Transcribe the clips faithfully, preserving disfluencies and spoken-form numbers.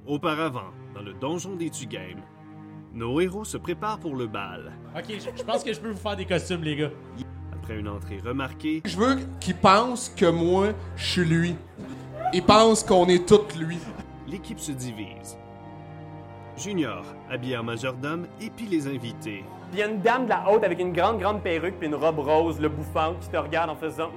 Auparavant, dans le donjon des Tugames, nos héros se préparent pour le bal. Ok, je, je pense que je peux vous faire des costumes, les gars. Après une entrée remarquée, Je veux qu'il pense que moi, je suis lui. Il pense qu'on est tous lui. l'équipe se divise. Junior, habillé en majordome, épie les invités. Puis il y a une dame de la haute avec une grande, grande perruque puis une robe rose, le bouffante, qui te regarde en faisant...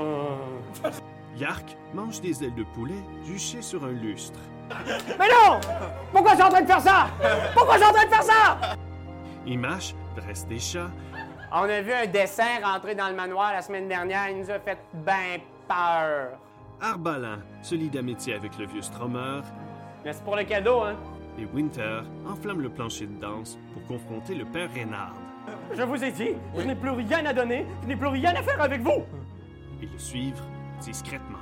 Yark mange des ailes de poulet juchées sur un lustre. Mais non! Pourquoi je suis en train de faire ça? Pourquoi je suis en train de faire ça? Imash dresse des chats. On a vu un dessin rentrer dans le manoir la semaine dernière, il nous a fait ben peur. Arbalan se lie d'amitié avec le vieux Stromer. Merci pour le cadeau, hein? Et Winter enflamme le plancher de danse pour confronter le père Reynard. Je vous ai dit, je n'ai plus rien à donner, je n'ai plus rien à faire avec vous! Et le suivre discrètement.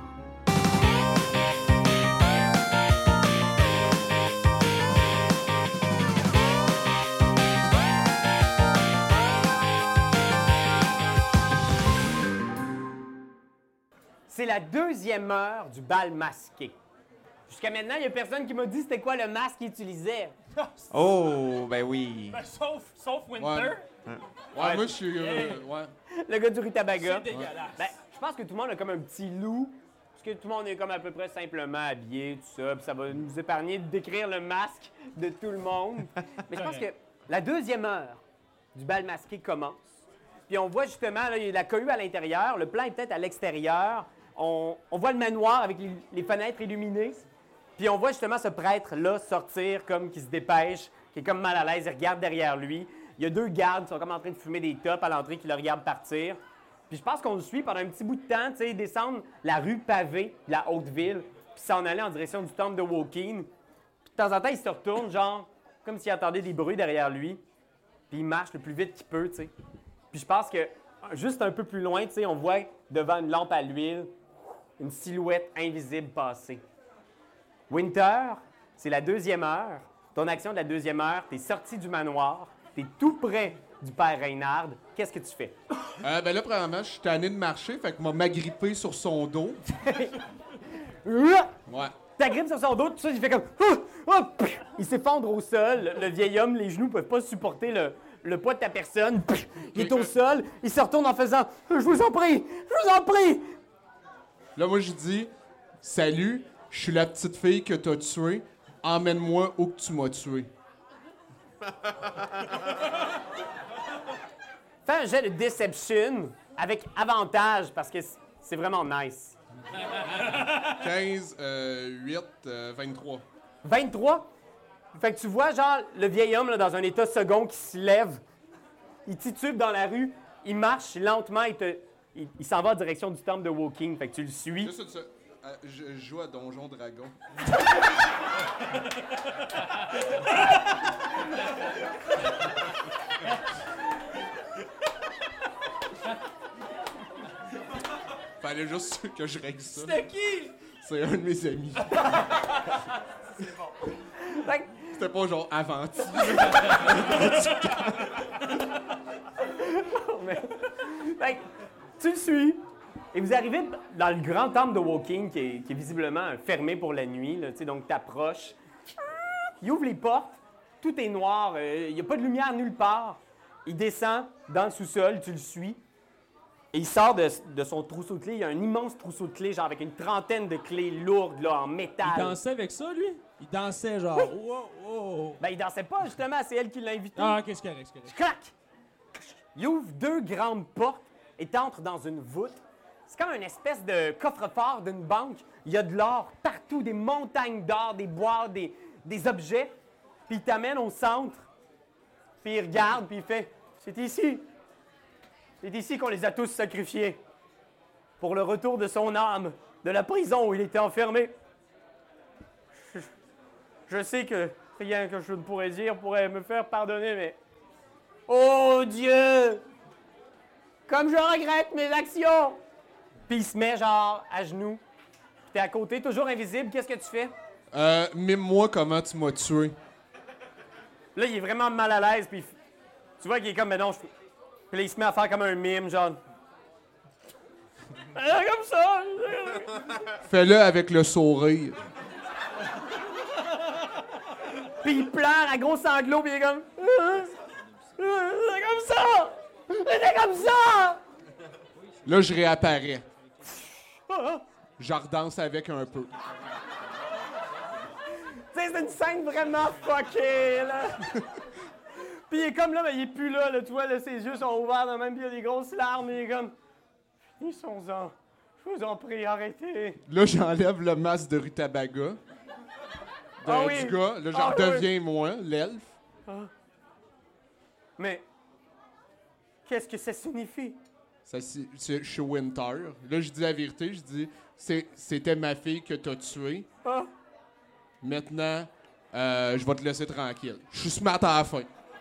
C'est la deuxième heure du bal masqué. Jusqu'à maintenant, il n'y a personne qui m'a dit c'était quoi le masque qu'il utilisait. Oh, ben oui. Ben, sauf, sauf Winter. Ouais. Ouais, moi, je suis... euh, ouais. Le gars du Rutabaga. C'est dégueulasse. Ben, je pense que tout le monde a comme un petit loup, parce que tout le monde est comme à peu près simplement habillé, tout ça, puis ça va nous épargner de décrire le masque de tout le monde. Mais je pense que la deuxième heure du bal masqué commence. Puis on voit justement, là, il y a la cohue à l'intérieur, le plan est peut-être à l'extérieur. On, on voit le manoir avec les, les fenêtres illuminées. Puis on voit justement ce prêtre-là sortir comme qui se dépêche, qui est comme mal à l'aise, il regarde derrière lui. Il y a deux gardes qui sont comme en train de fumer des topes à l'entrée qui le regardent partir. Puis je pense qu'on le suit pendant un petit bout de temps, tu sais, descendre la rue pavée de la Haute-Ville, puis s'en aller en direction du temple de Woking. Puis de temps en temps, il se retourne, genre, comme s'il entendait des bruits derrière lui. Puis il marche le plus vite qu'il peut, tu sais. Puis je pense que juste un peu plus loin, tu sais, on voit devant une lampe à l'huile une silhouette invisible passer. Winter, c'est la deuxième heure. Ton action de la deuxième heure, t'es sorti du manoir, t'es tout près du père Reynard. Qu'est-ce que tu fais? Euh, ben là, premièrement, je suis tanné de marcher, fait que m'a m'agrippé sur son dos. Ouais. T'agrippes sur son dos, tout ça, il fait comme... Ah! Ah! Il s'effondre au sol. Le vieil homme, les genoux peuvent pas supporter le, le poids de ta personne. Il est au sol. Il se retourne en faisant... Je vous en prie! Je vous en prie! Là, moi, je dis, salut, je suis la petite fille que t'as tuée. Emmène-moi où que tu m'as tué. Fais un jet de Deception avec avantage parce que c'est vraiment nice. quinze, euh, huit, euh, vingt-trois. vingt-trois? Fait que tu vois, genre, le vieil homme là, dans un état second qui se lève, il titube dans la rue, il marche lentement, il, te, il, il s'en va en direction du temple de Woking. Fait que tu le suis. Juste ça, euh, je, je joue à Donjon Dragon. Fallait juste que je règle ça. C'était qui? C'est un de mes amis. C'est bon. Fait que, C'était pas genre Avanti. mais- fait que tu le suis. Et vous arrivez dans le grand temple de Woking qui est, qui est visiblement fermé pour la nuit. Là, tu sais, donc, tu approches. Il ouvre les portes. Tout est noir. Il n'y a pas de lumière nulle part. Il descend dans le sous-sol. Tu le suis. Et il sort de, de son trousseau de clés. Il y a un immense trousseau de clés, genre avec une trentaine de clés lourdes là, en métal. Il dansait avec ça, lui? Il dansait genre... Wow, wow. Ben, il dansait pas, justement. C'est elle qui l'a invité. Ah, qu'est-ce qu'il y a, qu'est-ce qu'il y a? Clac! Il ouvre deux grandes portes et t'entres dans une voûte. C'est comme une espèce de coffre-fort d'une banque. Il y a de l'or partout, des montagnes d'or, des boîtes, des, des objets. Puis il t'amène au centre. Puis il regarde, puis il fait « C'est ici. C'est ici qu'on les a tous sacrifiés. Pour le retour de son âme, de la prison où il était enfermé. Je, je sais que rien que je ne pourrais dire pourrait me faire pardonner, mais... Oh Dieu! Comme je regrette mes actions! » Puis il se met genre à genoux. Puis t'es à côté, toujours invisible. Qu'est-ce que tu fais? Euh, mime-moi comment tu m'as tué. Là, il est vraiment mal à l'aise. Puis tu vois qu'il est comme, mais non, je... Puis là, il se met à faire comme un mime, genre. Comme ça! Fais-le avec le sourire. Puis il pleure à gros sanglots, puis il est comme... C'est comme ça! C'est comme ça! Là, je réapparais. Je redanse avec un peu. Tu sais, c'est une scène vraiment fuckée, là. Puis il est comme là, mais il est plus là, là, tu vois, là, ses yeux sont ouverts de même, puis il a des grosses larmes, et il est comme... Ils sont en... Je vous en prie, arrêtez. Là, j'enlève le masque de Rutabaga. De, Ah oui. Du gars. Là, j'en Ah oui. deviens moi, l'elfe. Mais... Qu'est-ce que ça signifie? Ça, c'est, c'est- je suis Winter. Là, je dis la vérité. Je dis, c'est- c'était ma fille que t'as tuée. Ah. Maintenant, euh, je vais te laisser tranquille. Je suis smart à la fin.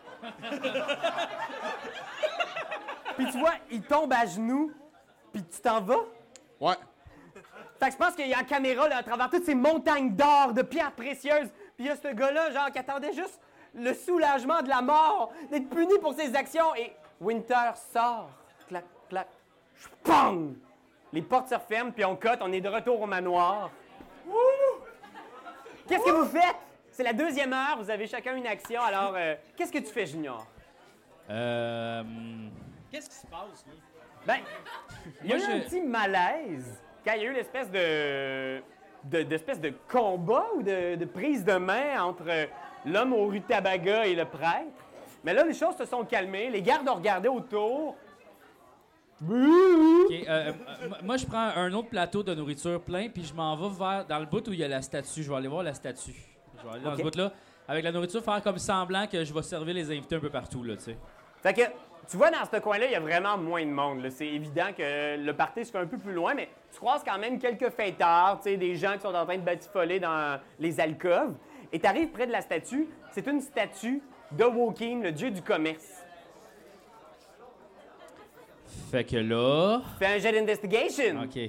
Puis tu vois, il tombe à genoux, puis tu t'en vas. Ouais. Fait que je pense qu'il y a la caméra là, à travers toutes ces montagnes d'or, de pierres précieuses. Puis il y a ce gars-là, genre, qui attendait juste le soulagement de la mort, d'être puni pour ses actions. Et Winter sort. Clac, clac. Pong! Les portes se referment, puis on cote, on est de retour au manoir. Wouh! Qu'est-ce que vous faites? C'est la deuxième heure, vous avez chacun une action. Alors, euh, qu'est-ce que tu fais, Junior? Euh. Qu'est-ce qui se passe, là? Ben, il y a Moi, eu un je- petit malaise quand il y a eu l'espèce de, de, d'espèce de combat ou de, de prise de main entre euh, l'homme au rutabaga et le prêtre. Mais là, les choses se sont calmées. Les gardes ont regardé autour. Ok, euh, euh, moi, je prends un autre plateau de nourriture plein, puis je m'en vais vers dans le bout où il y a la statue. Je vais aller voir la statue. Je vais aller dans Ok. ce bout-là, avec la nourriture, faire comme semblant que je vais servir les invités un peu partout, là, tu sais. Fait que, tu vois, dans ce coin-là, il y a vraiment moins de monde, là. C'est évident que le party se fait un peu plus loin, mais tu croises quand même quelques fêtards, tu sais, des gens qui sont en train de batifoler dans les alcôves. Et tu arrives près de la statue. C'est une statue de Woking, le dieu du commerce. Fait que là... Fais un jet d'investigation. OK.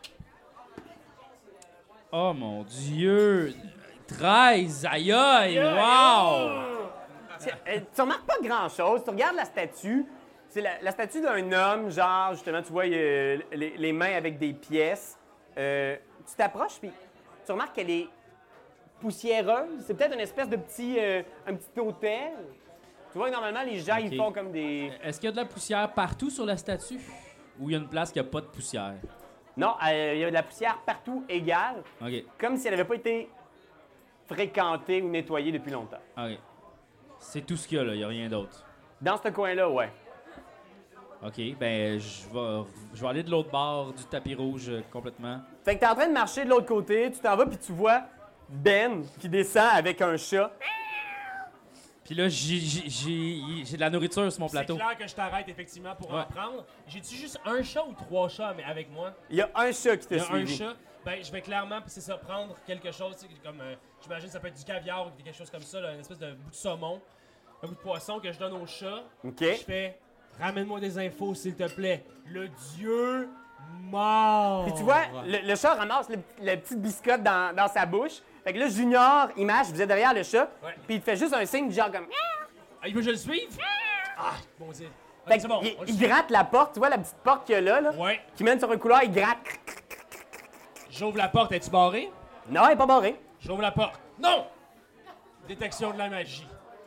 Oh, mon Dieu! treize! Aïe, aïe! Wow! Tu, euh, tu remarques pas grand-chose. Tu regardes la statue. C'est la, la statue d'un homme, genre, justement, tu vois, il y a les, les mains avec des pièces. Euh, tu t'approches, puis tu remarques qu'elle est poussiéreuse. C'est peut-être une espèce de petit, euh, un petit hôtel. Tu vois que normalement, les gens, Ok. ils font comme des... Est-ce qu'il y a de la poussière partout sur la statue? Ou il y a une place qui n'a pas de poussière? Non, euh, il y a de la poussière partout égale, OK. comme si elle n'avait pas été fréquentée ou nettoyée depuis longtemps. OK. C'est tout ce qu'il y a, là. Il n'y a rien d'autre. Dans ce coin-là, ouais. OK. Ben, je vais, je vais aller de l'autre bord du tapis rouge euh, complètement. Fait que t'es en train de marcher de l'autre côté, tu t'en vas, puis tu vois Ben qui descend avec un chat. Puis là, j'ai, j'ai, j'ai, j'ai de la nourriture sur mon C'est plateau. clair que je t'arrête effectivement pour Ouais. en prendre. J'ai-tu juste un chat ou trois chats mais avec moi? Il y a un chat qui Il y t'a a un suivi. chat. Ben, je vais clairement, c'est ça, prendre quelque chose, tu sais, comme, euh, j'imagine ça peut être du caviar ou quelque chose comme ça, là, une espèce de bout de saumon, un bout de poisson que je donne au chat. OK. Je fais, ramène-moi des infos, s'il te plaît. Le dieu mort. Puis tu vois, le, le chat ramasse le, le petit biscotte dans, dans sa bouche. Fait que là, Junior, Image, vous êtes derrière le chat, Ouais. puis il te fait juste un signe, genre comme... Ah, il veut que je le suive? Ah, bon Dieu. Fait Ok, c'est bon. il, on le il suit. gratte la porte, tu vois la petite porte qu'il y a là, là, Ouais. qui mène sur un couloir, il gratte. J'ouvre la porte, es-tu barré? Non, elle est pas barrée. J'ouvre la porte. Non! Détection de la magie.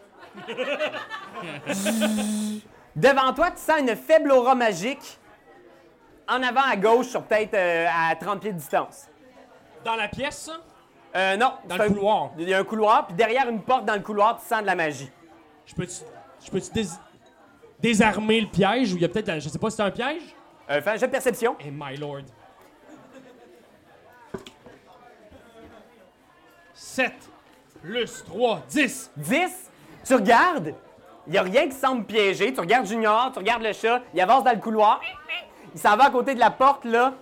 Devant toi, tu sens une faible aura magique. En avant à gauche, sur peut-être euh, à trente pieds de distance. Dans la pièce, ça? Euh, non. Dans c'est le un- couloir. Il y a un couloir, puis derrière une porte dans le couloir, tu sens de la magie. Je peux-tu je peux-tu dés- désarmer le piège ou il y a peut-être, la- je sais pas si c'est un piège? Euh, fais un jeu de perception. Eh, my lord. sept plus trois, dix. dix, tu regardes, il n'y a rien qui semble piégé. Tu regardes Junior, tu regardes le chat, il avance dans le couloir. Il s'en va à côté de la porte, là.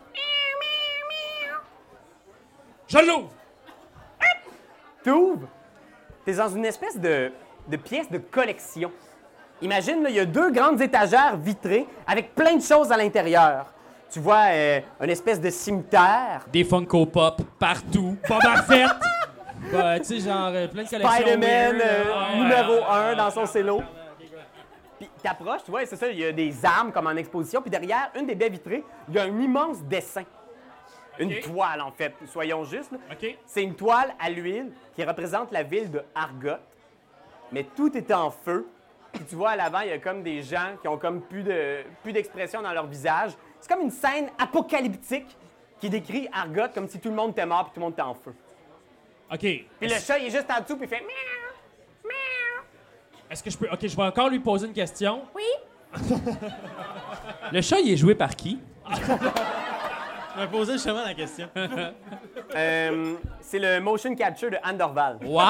Je l'ouvre! T'ouvres. T'es dans une espèce de, de pièce de collection. Imagine, là, il y a deux grandes étagères vitrées avec plein de choses à l'intérieur. Tu vois euh, une espèce de cimetière. Des Funko Pop partout. Boba Fett! Bah, tu sais, genre, euh, plein de collections Spider-Man weird, euh, là. Ouais, numéro ouais, un ouais, dans ouais, son ouais. cello. Puis t'approches, tu vois, c'est ça, il y a des armes comme en exposition. Puis derrière, une des baies vitrées, il y a un immense dessin. Une Ok. toile, en fait, soyons justes. là. OK. C'est une toile à l'huile qui représente la ville de Argot. Mais tout est en feu. Puis tu vois, à l'avant, il y a comme des gens qui ont comme plus de plus d'expression dans leur visage. C'est comme une scène apocalyptique qui décrit Argot comme si tout le monde était mort puis tout le monde était en feu. OK. Puis le chat, il est juste en dessous puis il fait miaou, miaou. Est-ce que je peux... OK, je vais encore lui poser une question. Oui. Le chat, il est joué par qui? Je me posais justement la question. Euh, c'est le motion capture de Anne Dorval. Wow!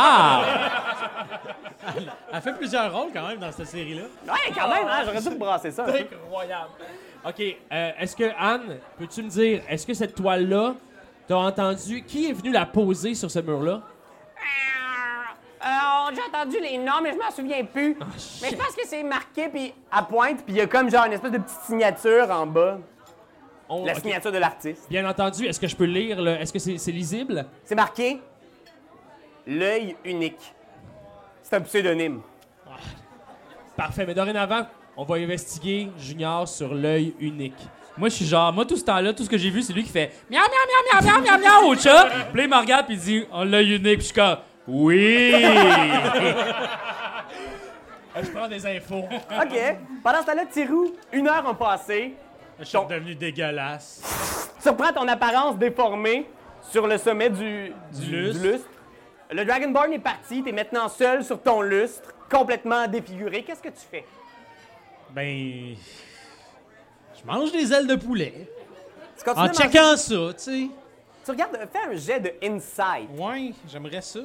Elle fait plusieurs rôles quand même dans cette série-là. Ouais, quand même, hein, j'aurais dû brasser ça. un peu. Incroyable. OK. euh, est-ce que, Anne, peux-tu me dire, est-ce que cette toile-là, t'as entendu... Qui est venu la poser sur ce mur-là? Euh, j'ai entendu les noms, mais je m'en souviens plus. mais je pense que c'est marqué, puis à pointe, puis il y a comme genre une espèce de petite signature en bas. On- La OK. signature de l'artiste. Bien entendu, est-ce que je peux lire? le- Est-ce que c'est c'est lisible? C'est marqué l'œil unique. C'est un pseudonyme. Parfait, mais dorénavant, on va investiguer Junior sur l'œil unique. Moi, je suis genre, moi, tout ce temps-là, tout ce que j'ai vu, c'est lui qui fait miaou, miaou, miaou, miaou, miaou, miaou, miaou au chat. Puis là, il me regarde, puis il dit, on l'a unique. Puis je suis comme, oui! Euh, je prends des infos. OK. Pendant ce temps-là, Tirou, une heure a passé. Je suis Ton- devenu dégueulasse. Tu reprends ton apparence déformée sur le sommet du, Du lustre. Le Dragonborn est parti. T'es maintenant seul sur ton lustre, complètement défiguré. Qu'est-ce que tu fais? Ben. Je mange des ailes de poulet. Tu continues En à manger- checkant ça, tu sais. Tu regardes, fais un jet de insight. Ouais, j'aimerais ça.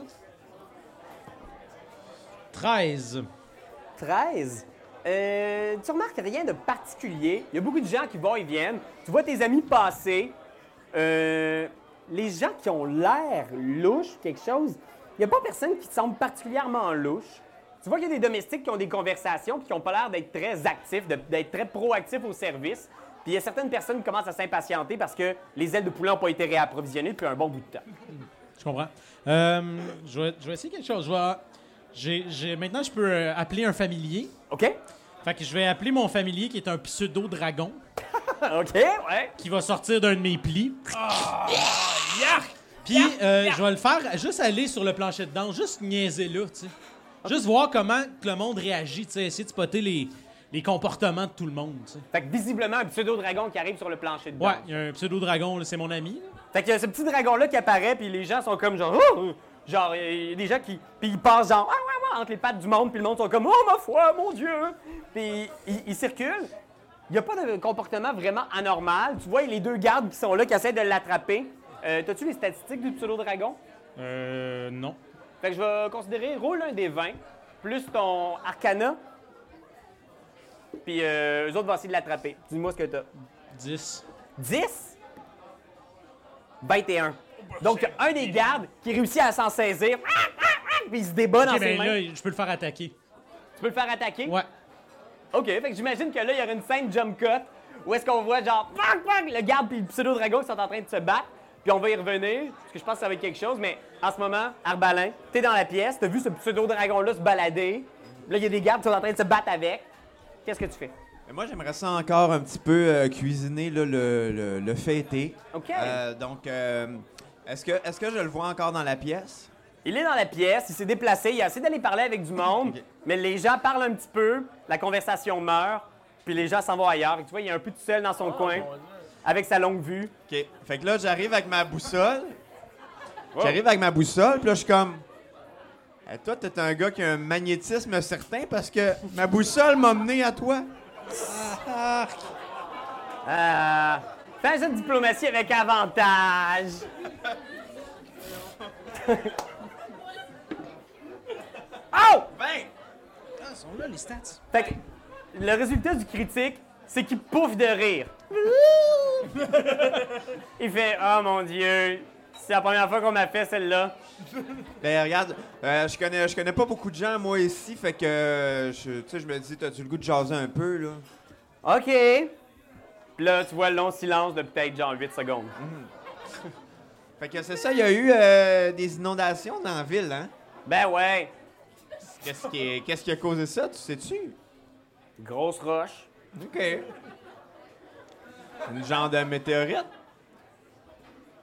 treize. treize. Euh, tu remarques rien de particulier. Il y a beaucoup de gens qui vont et viennent. Tu vois tes amis passer. Euh, les gens qui ont l'air louches, quelque chose, il n'y a pas personne qui te semble particulièrement louche. Tu vois qu'il y a des domestiques qui ont des conversations puis qui n'ont pas l'air d'être très actifs, de- d'être très proactifs au service. Puis il y a certaines personnes qui commencent à s'impatienter parce que les ailes de poulet n'ont pas été réapprovisionnées depuis un bon bout de temps. Je comprends. Euh, je, vais, je vais essayer quelque chose. Je vais, j'ai, j'ai- maintenant, je peux euh, appeler un familier. OK? Fait que je vais appeler mon familier qui est un pseudo-dragon OK, ouais. qui va sortir d'un de mes plis. Puis euh, je vais le faire juste aller sur le plancher de danse, juste niaiser là, tu sais. Juste voir comment que le monde réagit, tu sais, essayer de spotter les, les comportements de tout le monde, tu sais. Fait que visiblement, un pseudo-dragon qui arrive sur le plancher de danse. Ouais, il y a un pseudo-dragon, là, c'est mon ami. là. Fait qu'il y a ce petit dragon-là qui apparaît, puis les gens sont comme genre... Oh! Genre, il y a des gens qui... Puis ils passent genre... Ah, ouais, ouais, entre les pattes du monde, puis le monde sont comme... Oh, ma foi, mon Dieu! Puis ils, ils circulent. Il n'y a pas de comportement vraiment anormal. Tu vois, les deux gardes qui sont là, qui essaient de l'attraper. Euh, T'as-tu les statistiques du pseudo-dragon? Euh, non. Fait que je vais considérer... Roule un des vingt, plus ton arcana. Puis euh, eux autres vont essayer de l'attraper. Dis-moi ce que t'as. dix. dix? vingt et un. Donc, il y a un des gardes qui réussit à s'en saisir. Puis il se débat dans Ok, ses ben mains. là, je peux le faire attaquer. Tu peux le faire attaquer? Ouais. OK, fait que j'imagine que là, il y aura une scène jump cut où est-ce qu'on voit genre pac, pac, le garde puis le pseudo-dragon qui sont en train de se battre. Puis on va y revenir, parce que je pense que ça va être quelque chose. Mais en ce moment, Arbalin, t'es dans la pièce, t'as vu ce pseudo-dragon-là se balader. Là, il y a des gardes qui sont en train de se battre avec. Qu'est-ce que tu fais? Mais moi, j'aimerais ça encore un petit peu euh, cuisiner là, le, le, le fêté. OK. Euh, donc, euh, est-ce que, est-ce que je le vois encore dans la pièce? Il est dans la pièce, il s'est déplacé, il a essayé d'aller parler avec du monde, Ok. mais les gens parlent un petit peu, la conversation meurt, puis les gens s'en vont ailleurs. Et tu vois, il est un peu tout seul dans son coin, avec sa longue vue. OK. Fait que là, j'arrive avec ma boussole. J'arrive avec ma boussole, puis là, je suis comme... Eh, toi, t'es un gars qui a un magnétisme certain parce que ma boussole m'a mené à toi. Euh, fais un jeu de diplomatie avec avantage. Oh! vingt! Ah, ils sont là, les stats. Fait que le résultat du critique, c'est qu'il pouffe de rire. Il fait « Oh mon Dieu, c'est la première fois qu'on m'a fait celle-là. Ben regarde, euh, je connais je connais pas beaucoup de gens moi ici, fait que euh, je, tu sais, je me dis, t'as-tu le goût de jaser un peu là? » OK. Puis là, tu vois le long silence de peut-être genre huit secondes. Fait que c'est ça, il y a eu euh, des inondations dans la ville, hein? Ben ouais, Qu'est-ce qui, qu'est-ce qui a causé ça, tu sais-tu? grosse roche. OK. Une genre de météorite?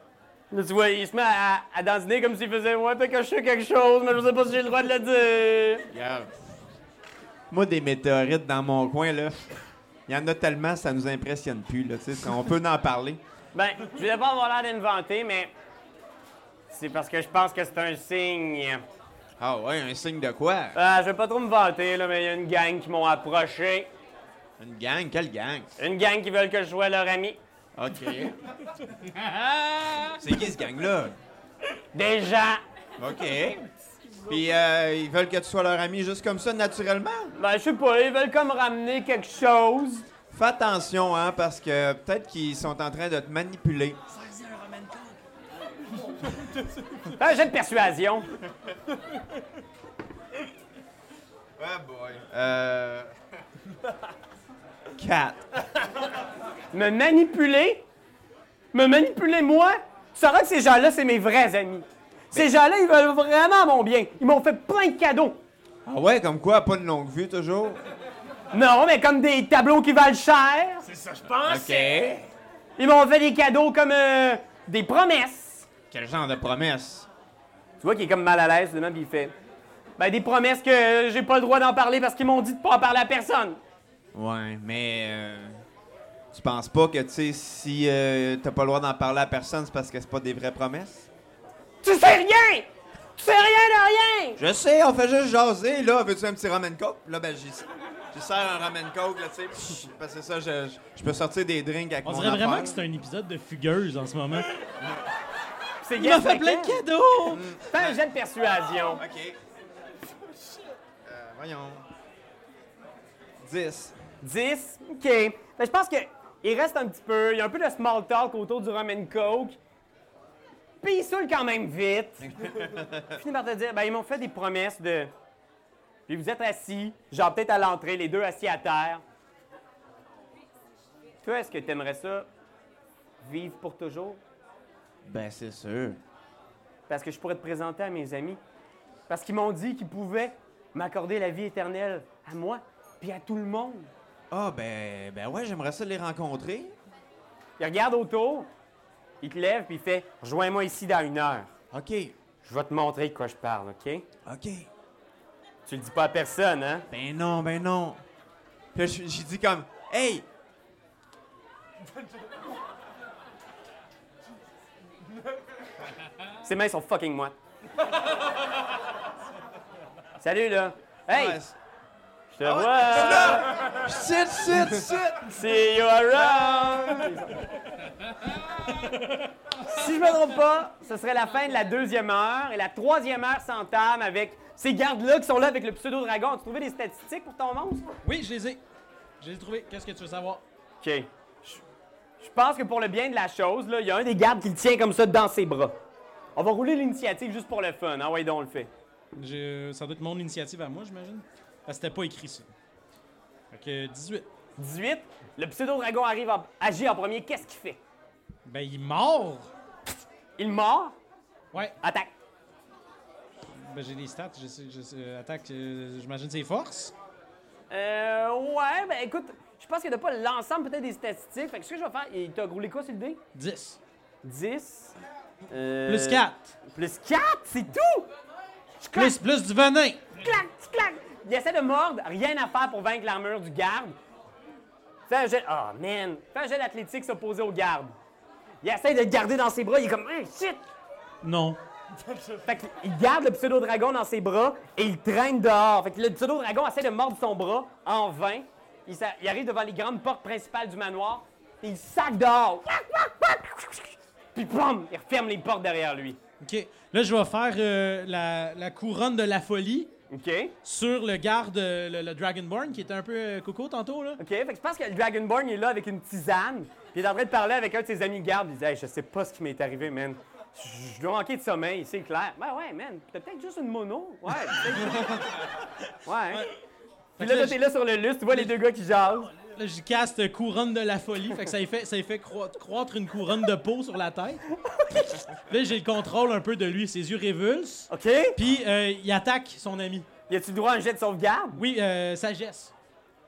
Là, tu vois, il se met à, à dandiner comme s'il faisait « Ouais, peut-être que je sais quelque chose, mais je sais pas si j'ai le droit de le dire. » Regarde. Moi, des météorites dans mon coin, là, il y en a tellement, ça nous impressionne plus, là, tu sais. On peut en parler. Ben, je voulais pas avoir l'air d'inventer, mais c'est parce que je pense que c'est un signe. Ah ouais, un signe de quoi? Ah, je vais pas trop me vanter, là, mais il y a une gang qui m'ont approché. Une gang? Quelle gang? Une gang qui veulent que je sois leur ami. OK. C'est qui, ce gang-là? Des gens. OK. Puis, euh, ils veulent que tu sois leur ami juste comme ça, naturellement? Ben, je sais pas, ils veulent comme ramener quelque chose. Fais attention, hein, parce que peut-être qu'ils sont en train de te manipuler. Fais un jet de persuasion. Ah boy. Euh... Quatre. Me manipuler? Me manipuler, moi? Tu sauras que ces gens-là, c'est mes vrais amis. Ces gens-là, ils veulent vraiment mon bien. Ils m'ont fait plein de cadeaux. Ah ouais, comme quoi, pas de longue vue, toujours? Non, mais comme des tableaux qui valent cher. C'est ça, je pense. OK. Ils m'ont fait des cadeaux comme euh, des promesses. Quel genre de promesse? Tu vois qu'il est comme mal à l'aise, finalement, puis il fait... Ben, des promesses que euh, j'ai pas le droit d'en parler parce qu'ils m'ont dit de pas en parler à personne. Ouais, mais... Euh, tu penses pas que, tu sais, si euh, t'as pas le droit d'en parler à personne, c'est parce que c'est pas des vraies promesses? Tu sais rien! Tu sais rien de rien! Je sais, on fait juste jaser, là. Veux-tu un petit ramen coke? Là, ben, j'y j'y sers un ramen coke, là, tu sais. pff, Parce que ça, je, je, je peux sortir des drinks avec On mon dirait vraiment affaire. que c'est un épisode de Fugueuse en ce moment. C'est Il m'a fait plein de cadeaux! Fais un jet de persuasion. OK. Euh, voyons. dix. dix? OK. Ben, je pense que il reste un petit peu. Il y a un peu de small talk autour du rum and coke. Puis il saoule quand même vite. Il finit par te dire, ben ils m'ont fait des promesses de... Puis vous êtes assis, genre peut-être à l'entrée, les deux assis à terre. Toi, est-ce que tu aimerais ça vivre pour toujours? Ben, c'est sûr. Parce que je pourrais te présenter à mes amis. Parce qu'ils m'ont dit qu'ils pouvaient m'accorder la vie éternelle à moi, puis à tout le monde. Ah, ben, ben ouais, j'aimerais ça les rencontrer. Il regarde autour, il te lève, puis il fait « Rejoins-moi ici dans une heure. OK. Je vais te montrer de quoi je parle, OK? » OK. Tu le dis pas à personne, hein? Ben non, ben non. Puis là, j'ai j'ai dit comme, hey! Ses mains sont fucking moites. Salut, là. Hey! Ouais, Je te vois! sit, sit, sit! See you around! Si je me trompe pas, ce serait la fin de la deuxième heure et la troisième heure s'entame avec ces gardes-là qui sont là avec le pseudo-dragon. As-tu trouvé des statistiques pour ton monstre? Oui, je les ai. Je les ai trouvés. Qu'est-ce que tu veux savoir? OK. Je, je pense que pour le bien de la chose, là, il y a un des gardes qui le tient comme ça dans ses bras. On va rouler l'initiative juste pour le fun. Ah ouais, donc on le fait. Je- Ça doit être mon initiative à moi, j'imagine. Parce que c'était pas écrit, ça. Fait que dix-huit. dix-huit. Le pseudo-dragon arrive à agir en premier. Qu'est-ce qu'il fait? Ben, il mord. Il mord. Ouais. Attaque. Ben, j'ai des stats. Je sais, je sais, euh, attaque, euh, j'imagine ses forces. Euh, ouais, ben écoute, je pense qu'il n'y a pas l'ensemble peut-être des statistiques. Fait que ce que je vais faire, il t'a roulé quoi sur le dé? dix. dix. Euh, Plus quatre. Plus quatre, c'est tout! Je claque, Plus, plus du venin. clac, clac. Il essaie de mordre, rien à faire pour vaincre l'armure du garde. Fais un jet. Oh man! Fais un jet d'athlétique s'opposer au garde. Il essaie de le garder dans ses bras, il est comme. Hey, shit! Non. Fait qu'il garde le pseudo-dragon dans ses bras et il traîne dehors. Fait que le pseudo-dragon essaie de mordre son bras en vain. Il, sa- il arrive devant les grandes portes principales du manoir et il sac dehors. Puis boum! Il referme les portes derrière lui. OK. Là, je vais faire euh, la, la couronne de la folie OK? sur le garde, euh, le, le Dragonborn, qui était un peu euh, coco tantôt, là. OK? Fait que je pense que le Dragonborn il est là avec une tisane. Puis il est en train de parler avec un de ses amis gardes. Il dit Hey, je sais pas ce qui m'est arrivé, man. Je je dois manquer de sommeil, c'est clair. Ben ouais, man. T'as peut-être juste une mono. Ouais. peut-être- ouais. Puis là, toi, t'es là sur le lustre, tu vois les deux gars qui jasent. Là, j'y caste couronne de la folie, fait que ça y fait, ça y fait croi- croître une couronne de peau sur la tête. Là, j'ai le contrôle un peu de lui, ses yeux révulsent. OK? Puis, euh, il attaque son ami. Y a-tu le droit à un jet de sauvegarde? Oui, euh, sagesse.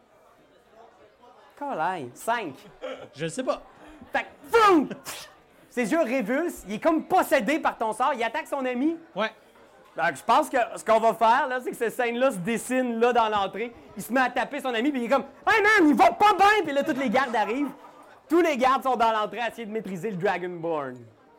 Colin, cinq. Je le sais pas. Fait que, boum! ses yeux révulsent, il est comme possédé par ton sort, il attaque son ami. Ouais. Donc, je pense que ce qu'on va faire, là, c'est que cette scène-là se dessine là dans l'entrée. Il se met à taper son ami, puis il est comme « Hey man, il va pas bien! » Puis là, tous les gardes arrivent. Tous les gardes sont dans l'entrée à essayer de maîtriser le Dragonborn.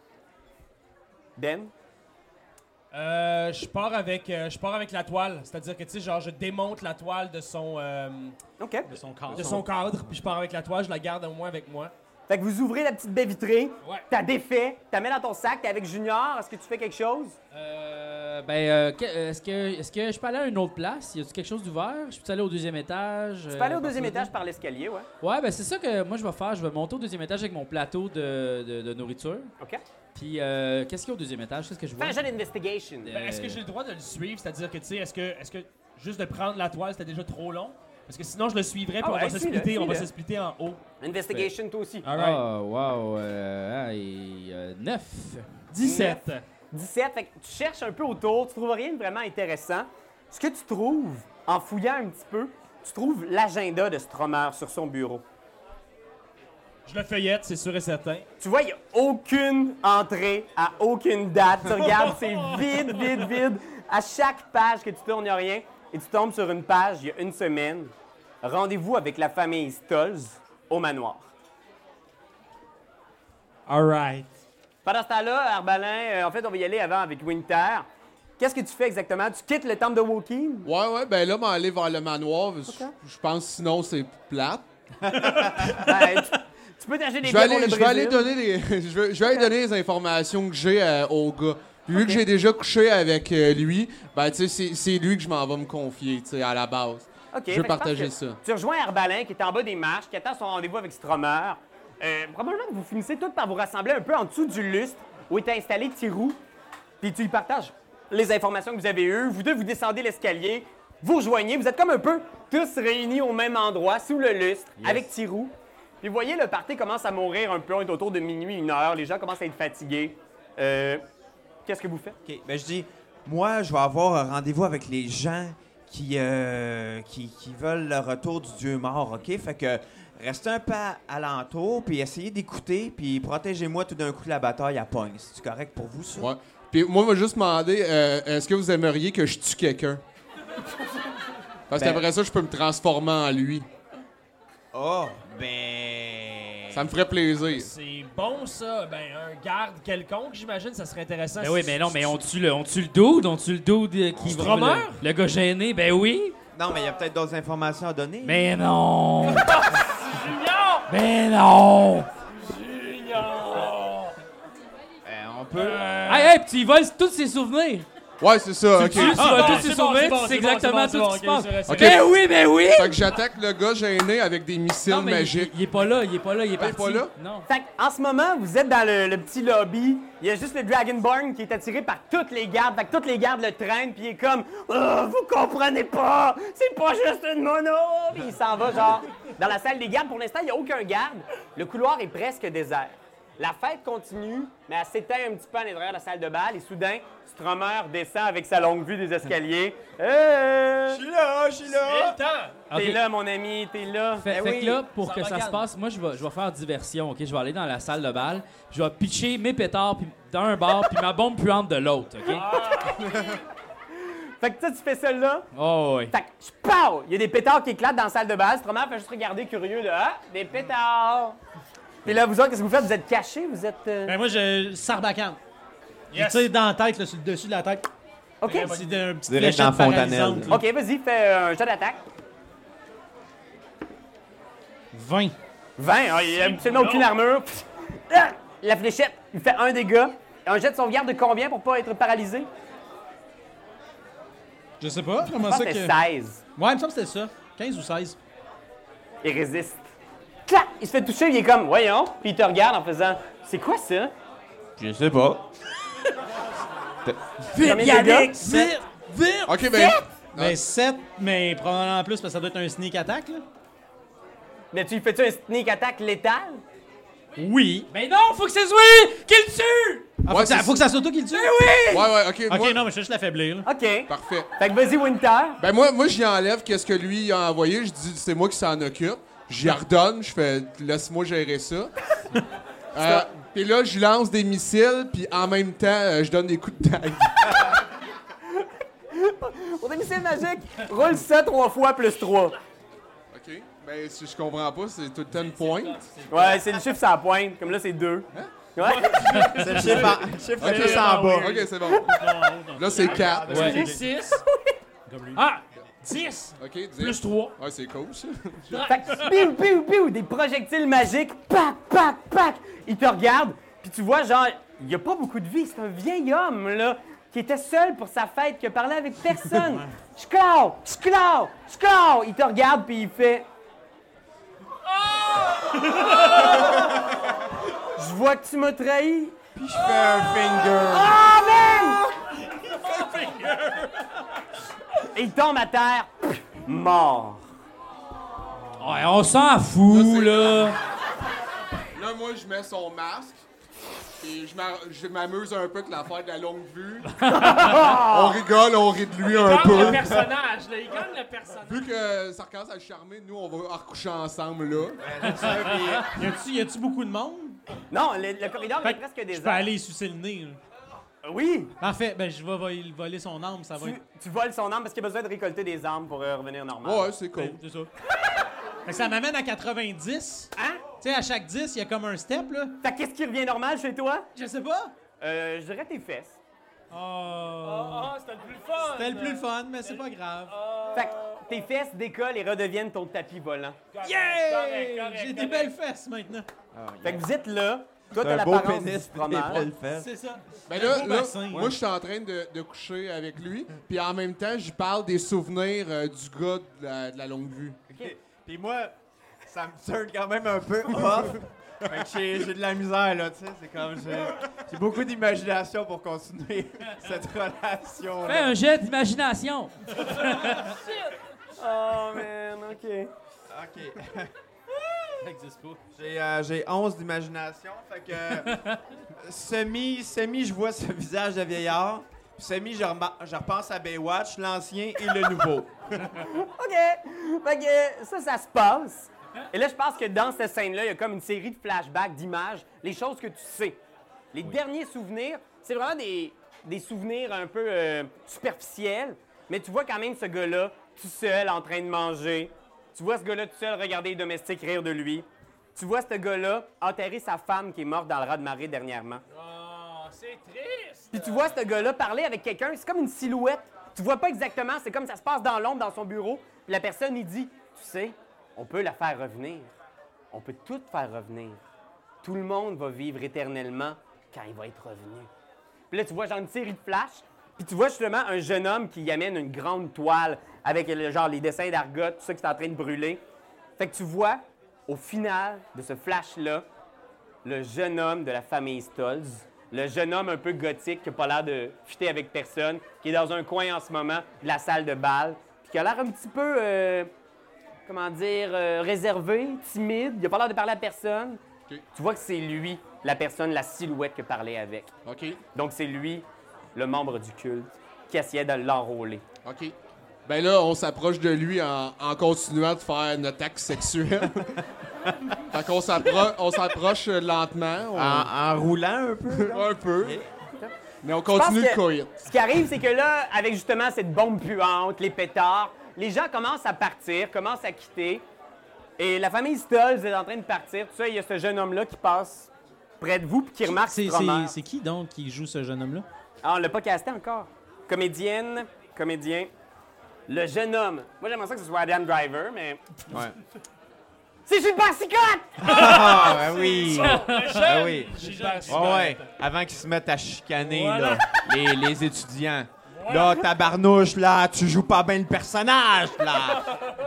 Ben? Euh, je pars avec, euh, je pars avec la toile. C'est-à-dire que, tu sais, genre, je démonte la toile de son, euh, OK. De son corps. de son cadre, puis je pars avec la toile, je la garde au moins avec moi. Fait que vous ouvrez la petite baie vitrée, Ouais. t'as défait, t'as mis dans ton sac, t'es avec Junior. Est-ce que tu fais quelque chose? Euh, ben, euh, que- est-ce que, est-ce que je peux aller à une autre place? Y a-tu quelque chose d'ouvert? Je peux aller au deuxième étage? Tu peux aller au deuxième étage par l'escalier, ouais. Ouais, ben c'est ça que moi je vais faire. Je vais monter au deuxième étage avec mon plateau de, de, de nourriture. OK. Puis, euh, qu'est-ce qu'il y a au deuxième étage? Qu'est-ce que je Fais vois? un jeu d'investigation. Euh, Ben, est-ce que j'ai le droit de le suivre? C'est-à-dire que, tu sais, est-ce que, est-ce que juste de prendre la toile, c'était déjà trop long? Parce que sinon, je le suivrais, puis Ah on ouais, va se suis-le, splitter, on va suis-le. se splitter en haut. Investigation, toi aussi. All right. Ah, wow. Euh, ah, et, euh, neuf. dix-sept. dix-sept, fait que tu cherches un peu autour, tu trouves rien de vraiment intéressant. Ce que tu trouves, en fouillant un petit peu, tu trouves l'agenda de Stromer sur son bureau. Je le feuillette, c'est sûr et certain. Tu vois, il n'y a aucune entrée à aucune date. Tu regardes, c'est vide, vide, vide. À chaque page que tu tournes, il n'y a rien. Et tu tombes sur une page, il y a une semaine. Rendez-vous avec la famille Stolz au manoir. All right. Pendant ce temps-là, Arbalin, euh, en fait, on va y aller avant avec Winter. Qu'est-ce que tu fais exactement? Tu quittes le temple de Woking? Ouais, ouais, ben là, m'aller vers le manoir. Je je pense sinon c'est plate. Ben, tu, tu peux t'acheter des Je vais, billets pour aller, le je vais aller Brésil. donner les, je vais, je vais aller donner les informations que j'ai euh, au gars. Puis vu que j'ai déjà couché avec euh, lui, ben tu sais, c'est- c'est lui que je m'en vais me confier, tu sais, à la base. OK, Je fait veux que pense partager que ça. Tu rejoins Arbalin qui est en bas des marches, qui attend son rendez-vous avec Stromer. Euh, probablement que vous finissez tous par vous rassembler un peu en dessous du lustre où est installé Tirou. Puis tu lui partages les informations que vous avez eues. Vous deux, vous descendez l'escalier, vous rejoignez. Vous êtes comme un peu tous réunis au même endroit, sous le lustre, avec Tirou. Puis vous voyez, le party commence à mourir un peu. On est autour de minuit, une heure. Les gens commencent à être fatigués. Euh, Qu'est-ce que vous faites? OK, ben je dis, moi, je vais avoir un rendez-vous avec les gens qui, euh, qui, qui veulent le retour du dieu mort, OK? Fait que restez un peu à- alentour, puis essayez d'écouter, puis protégez-moi tout d'un coup de la bataille à pogne. C'est correct pour vous, ça? Ouais. Puis moi, je vais juste demander, euh, est-ce que vous aimeriez que je tue quelqu'un? Parce Ben- qu'après ça, je peux me transformer en lui. Oh, ben... Ça me ferait plaisir. C'est bon, ça. Ben, un garde quelconque, j'imagine, ça serait intéressant. Ben oui, mais non, mais on tue le, on tue le dude, on tue le dude euh, qui va... Stromer? Le, le gars gêné, ben oui. Non, mais il y a peut-être d'autres informations à donner. Mais non. Mais non. Ben, on peut... Hey, hey, puis tu y voles tous ses souvenirs. Ouais, c'est ça, ok. Tu tues, tu vas bon, tous ses c'est bon, souvenirs, c'est bon, tu sais c'est bon, exactement c'est tout bon, ce qui se c'est bon, passe. ok, c'est vrai, Ok. Ben oui, ben oui. Fait que j'attaque le gars gêné avec des missiles Non, mais il, magiques. il est pas là, il est pas là, il est Ah, il est parti. pas là? Non. Fait en ce moment, vous êtes dans le, le petit lobby. Il y a juste le Dragonborn qui est attiré par toutes les gardes. Fait que toutes les gardes le traînent, puis il est comme oh, vous comprenez pas! C'est pas juste une mono! Puis il s'en va, genre, dans la salle des gardes. Pour l'instant, il n'y a aucun garde. Le couloir est presque désert. La fête continue, mais elle s'éteint un petit peu à l'intérieur de la salle de bal. Et soudain, Stromer descend avec sa longue vue des escaliers. Euh, Je suis là, je suis Et là! le temps! T'es Ok. là, mon ami, t'es là. Fait, Ben fait oui. que là, pour Ça que ça regarde. se passe, moi, je vais, je vais faire diversion, OK? Je vais aller dans la salle de bal, je vais pitcher mes pétards puis d'un bar, puis ma bombe puante de l'autre, OK? Fait que toi, tu fais ça là. Oh, oui. Fait que, je pars! Il y a des pétards qui éclatent dans la salle de base. Stromer fait juste regarder curieux de ah, des pétards! Puis là, vous autres, qu'est-ce que vous faites? Vous êtes cachés? Vous êtes. euh, Ben moi, je. Sarbacane. Yes. Tu sais, dans la tête, là, sur le dessus de la tête. OK. C'est un petit Direct fléchette dans Fontanelle. paralysante, là. OK, vas-y, fais euh, un jet d'attaque. vingt. vingt, ah, il a absolument aucune armure. Pff, ah, la fléchette, il fait un dégât. Un jet de sauvegarde de combien pour pas être paralysé? Je sais pas. Comment Je pense ça que que. c'était seize. Ouais, il me semble que c'était ça. quinze ou seize. Il résiste. Clac! Il se fait toucher, il est comme, voyons. Puis il te regarde en faisant, c'est quoi ça? Je sais pas. Combien de dégâts? Vite! Vite! Ok, ben. Mais sept, mais probablement plus parce que ça doit être un sneak attack, là. Mais tu lui fais-tu un sneak attack létal? Oui. Mais non, faut que c'est Zoé qui le tue! Ah, faut, Ouais, que ça, c'est- faut que ça soit toi qui le tue? Ouais, ouais, ok. Ok, moi- non, mais je vais juste l'affaiblir, là. OK. Parfait. Fait que vas-y, Winter. Ben moi, moi j'y enlève qu'est-ce que lui il a envoyé. Je dis c'est moi qui s'en occupe. J'y redonne. Je fais laisse-moi gérer ça. Euh, puis là, je lance des missiles, puis en même temps, euh, je donne des coups de tag. Pour des missiles magiques, roule ça trois fois plus trois. OK. Ben, si je comprends pas, c'est tout le temps une pointe. Ouais, c'est le chiffre sans pointe. Comme là, c'est deux. Ouais. C'est le chiffre en, le chiffre Ok. juste en bas. OK, c'est bon. Là, c'est quatre. Ouais. C'est six. Ah! dix OK, dix. plus trois. Ouais, c'est cool, ça. Fait que, piou, piou, piou, des projectiles magiques, pac, pac, pac. Il te regarde, puis tu vois, genre, il a pas beaucoup de vie. C'est un vieil homme, là, qui était seul pour sa fête, qui a parlé avec personne. Ch'claw, ch'claw, ch'claw. Il te regarde, puis il fait... Je vois que tu m'as trahi. Puis je fais un finger. Ah, man! Et il tombe à terre, pff, mort. Ouais, on s'en fout, là. Là, moi, je mets son masque. Et je m'a- je m'amuse un peu avec l'affaire de la longue vue. On rigole, on rit de lui un Il gagne le peu. personnage, là. Il gagne le personnage. Vu que ça recommence à le charmer, nous, on va recoucher ensemble, là. Y a-tu, y a-tu beaucoup de monde? Non, le, le corridor Fait est que presque Je désert. peux aller y sucer le nez. là. Oui, En fait, ben, je vais voler, voler son âme, ça va tu, être... tu voles son âme parce qu'il a besoin de récolter des armes pour euh, revenir normal. Ouais, c'est cool. C'est ça. Fait que ça m'amène à quatre-vingt-dix. Hein? Tu sais, à chaque dix, il y a comme un step, là. Fait que qu'est-ce qui revient normal chez toi? Je sais pas. Euh, je dirais tes fesses. Oh. Ah, c'était le plus fun. C'était le plus fun, mais c'est pas grave. Fait que tes fesses décollent et redeviennent ton tapis volant. Correct, Yeah! correct, correct, J'ai des correct. belles fesses maintenant. Fait que vous êtes là, toi C'est t'as un beau l'apparence du pénis pis des fromage. belles fesses. C'est ça. Ben là, beau là, bassin, moi, ouais. je suis en train de, de coucher avec lui, puis en même temps, je parle des souvenirs euh, du gars de la, de la longue vue. Puis moi, ça me turn quand même un peu off. Fait que j'ai j'ai de la misère, là, tu sais. C'est comme, j'ai j'ai beaucoup d'imagination pour continuer cette relation. Fais un jet d'imagination. Oh man, ok. OK. Ça existe pas. J'ai euh, j'ai onze d'imagination, fait que euh, semi, semi, je vois ce visage de vieillard. Puis semi, je, remar- je repense à Baywatch, l'ancien et le nouveau. OK. Fait que ça, ça se passe. Et là, je pense que dans cette scène-là, il y a comme une série de flashbacks, d'images, les choses que tu sais. Les derniers souvenirs, c'est vraiment des, des souvenirs un peu euh, superficiels, mais tu vois quand même ce gars-là tout seul en train de manger. Tu vois ce gars-là tout seul regarder les domestiques rire de lui. Tu vois ce gars-là enterrer sa femme qui est morte dans le raz-de-marée dernièrement. Ah, c'est triste. Puis tu vois ce gars-là parler avec quelqu'un, c'est comme une silhouette. Tu vois pas exactement, c'est comme ça se passe dans l'ombre dans son bureau. Puis la personne, il dit, tu sais, on peut la faire revenir. On peut tout faire revenir. Tout le monde va vivre éternellement quand il va être revenu. Puis là, tu vois genre une série de flashs. Puis tu vois justement un jeune homme qui y amène une grande toile avec le, genre les dessins d'Argot, tout ça qui est en train de brûler. Fait que tu vois, au final de ce flash-là, le jeune homme de la famille Stolz, le jeune homme un peu gothique qui n'a pas l'air de fitter avec personne, qui est dans un coin en ce moment de la salle de bal, puis qui a l'air un petit peu, euh, comment dire, euh, réservé, timide, il n'a pas l'air de parler à personne. OK. Tu vois que c'est lui, la personne, la silhouette que parlait avec. OK, Donc c'est lui, le membre du culte, qui essayait de l'enrôler. OK. Ben là, on s'approche de lui en, en continuant de faire notre acte sexuel. Fait qu'on s'appro- on s'approche euh, lentement. On... En, en roulant un peu. là. Un peu. Mais on Je pense continue de que courir. Ce qui arrive, c'est que là, avec justement cette bombe puante, les pétards, les gens commencent à partir, commencent à quitter. Et la famille Stolz est en train de partir. Tout ça, il y a ce jeune homme-là qui passe près de vous puis qui remarque C'est, Stromer. c'est, c'est qui donc qui joue ce jeune homme-là? Ah, on l'a pas casté encore. Comédienne, comédien. Le jeune homme. Moi, j'aimerais ça que ce soit Adam Driver, mais... Ouais. C'est Gilles Barsicotte! Ah, ben oui. Le jeune, Ben oui. j'ai passé. Ouais, ouais. Avant qu'ils se mettent à chicaner, Voilà. là, les, les étudiants. Là, tabarnouche, là, tu joues pas bien le personnage, là.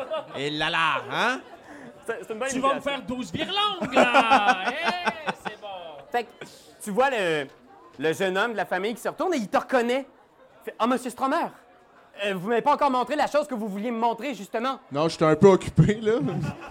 Et là, là, hein? C'est c'est une bonne Tu vas me imitation. faire douze virlangues, là! Hey, c'est bon! Fait que tu vois le, le jeune homme de la famille qui se retourne et il te reconnaît. Il fait, « Ah, monsieur Stromer, euh, vous m'avez pas encore montré la chose que vous vouliez me montrer, justement. Non, j'étais un peu occupé, là.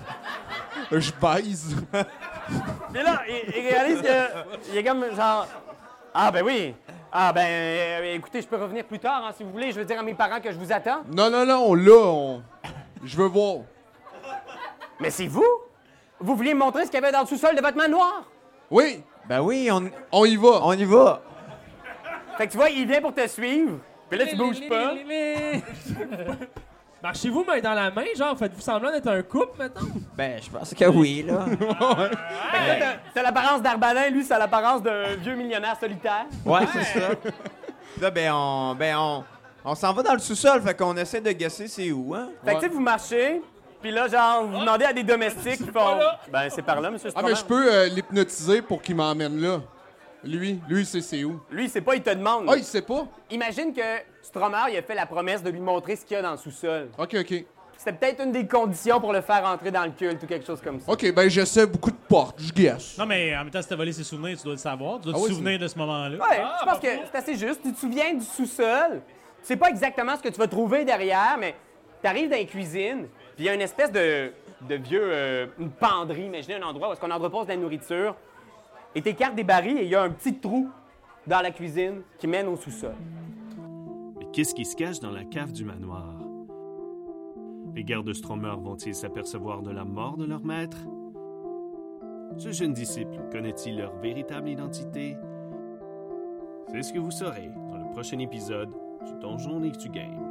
Je baise. » Puis là, il, il réalise que... Il est comme genre... « Ah, ben oui. Ah, ben, euh, écoutez, je peux revenir plus tard, hein, si vous voulez. Je veux dire à mes parents que je vous attends. Non, non, non, là, on... Je veux voir. » Mais c'est vous? Vous vouliez me montrer ce qu'il y avait dans le sous-sol de votre manoir? Oui, Ben oui, on, on y va. on y va. Fait que tu vois, il vient pour te suivre. Puis là, tu bouges pas. Marchez-vous main dans la main, genre, faites-vous semblant d'être un couple, maintenant? Ben, je pense que oui, là. Fait que toi, t'as- t'as l'apparence d'Arbalin, lui, ça a l'apparence d'un vieux millionnaire solitaire. Ouais, c'est ça. Puis là, ben, on, ben, on, on s'en va dans le sous-sol, fait qu'on essaie de guesser c'est où, hein? Fait que tu sais, vous marchez, puis là, genre, vous demandez à des domestiques qui font. Ben, c'est par là, monsieur Ah, mais je Stroman. peux euh, l'hypnotiser pour qu'il m'emmène là. Lui, lui, il sait c'est où. Lui, c'est pas, il te demande. Ah, il sait pas? Imagine que Stromer, il a fait la promesse de lui montrer ce qu'il y a dans le sous-sol. OK, OK. C'était peut-être une des conditions pour le faire entrer dans le culte ou quelque chose comme ça. OK, ben j'essaie beaucoup de portes, je guesse. Non, mais en même temps, si t'as volé ses souvenirs, tu dois le savoir. Tu dois Ah te oui, souvenir de ce moment-là. Ouais, je pense que c'est assez juste. Tu te souviens du sous-sol. Tu sais pas exactement ce que tu vas trouver derrière, mais t'arrives dans la cuisine, puis il y a une espèce de, de vieux... euh, une penderie, imaginez un endroit où est-ce qu'on entrepose de la nourriture. Et t'écartes des barils et il y a un petit trou dans la cuisine qui mène au sous-sol. Mais qu'est-ce qui se cache dans la cave du manoir? Les gardes Stromer vont-ils s'apercevoir de la mort de leur maître? Ce jeune disciple connaît-il leur véritable identité? C'est ce que vous saurez dans le prochain épisode du Donjon X du Game.